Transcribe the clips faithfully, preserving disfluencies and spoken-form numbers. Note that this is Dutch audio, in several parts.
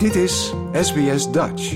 Dit is S B S Dutch.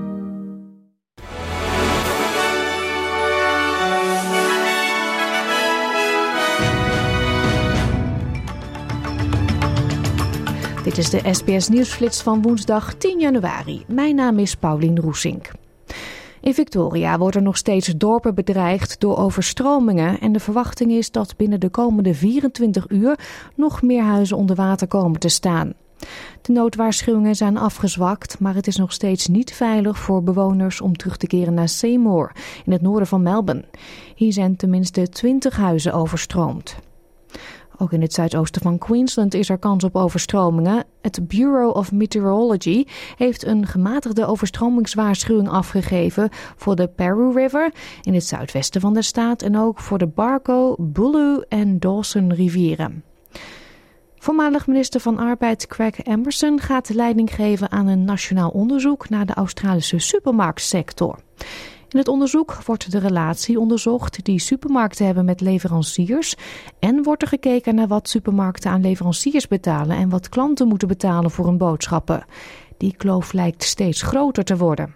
Dit is de S B S Nieuwsflits van woensdag tien januari. Mijn naam is Paulien Roesink. In Victoria worden nog steeds dorpen bedreigd door overstromingen en de verwachting is dat binnen de komende vierentwintig uur nog meer huizen onder water komen te staan. De noodwaarschuwingen zijn afgezwakt, maar het is nog steeds niet veilig voor bewoners om terug te keren naar Seymour in het noorden van Melbourne. Hier zijn tenminste twintig huizen overstroomd. Ook in het zuidoosten van Queensland is er kans op overstromingen. Het Bureau of Meteorology heeft een gematigde overstromingswaarschuwing afgegeven voor de Paroo River in het zuidwesten van de staat en ook voor de Barco, Bulu en Dawson rivieren. Voormalig minister van Arbeid Craig Emerson gaat leiding geven aan een nationaal onderzoek naar de Australische supermarktsector. In het onderzoek wordt de relatie onderzocht die supermarkten hebben met leveranciers en wordt er gekeken naar wat supermarkten aan leveranciers betalen en wat klanten moeten betalen voor hun boodschappen. Die kloof lijkt steeds groter te worden.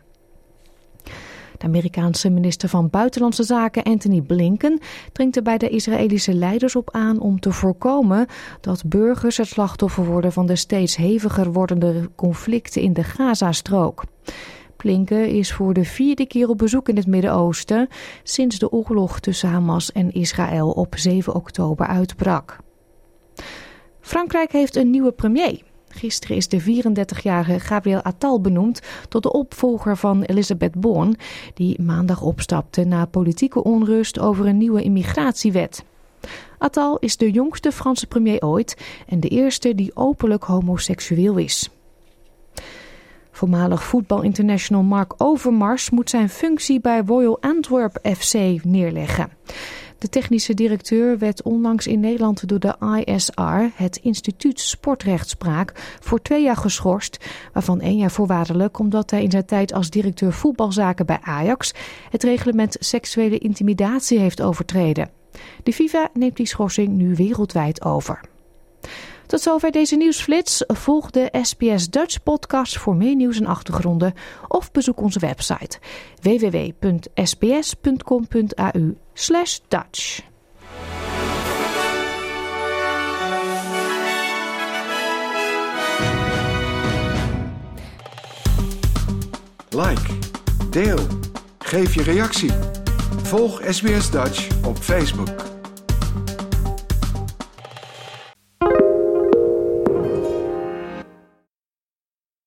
De Amerikaanse minister van Buitenlandse Zaken Antony Blinken dringt er bij de Israëlische leiders op aan om te voorkomen dat burgers het slachtoffer worden van de steeds heviger wordende conflicten in de Gazastrook. Blinken is voor de vierde keer op bezoek in het Midden-Oosten sinds de oorlog tussen Hamas en Israël op zeven oktober uitbrak. Frankrijk heeft een nieuwe premier. Gisteren is de vierendertigjarige Gabriel Attal benoemd tot de opvolger van Elisabeth Borne, die maandag opstapte na politieke onrust over een nieuwe immigratiewet. Attal is de jongste Franse premier ooit en de eerste die openlijk homoseksueel is. Voormalig voetbalinternational Mark Overmars moet zijn functie bij Royal Antwerp F C neerleggen. De technische directeur werd onlangs in Nederland door de I S R, het Instituut Sportrechtspraak, voor twee jaar geschorst, waarvan één jaar voorwaardelijk omdat hij in zijn tijd als directeur voetbalzaken bij Ajax het reglement seksuele intimidatie heeft overtreden. De FIFA neemt die schorsing nu wereldwijd over. Tot zover deze nieuwsflits. Volg de S B S Dutch podcast voor meer nieuws en achtergronden of bezoek onze website w w w punt s b s punt com punt a u slash Dutch. Like, deel, geef je reactie. Volg S B S Dutch op Facebook.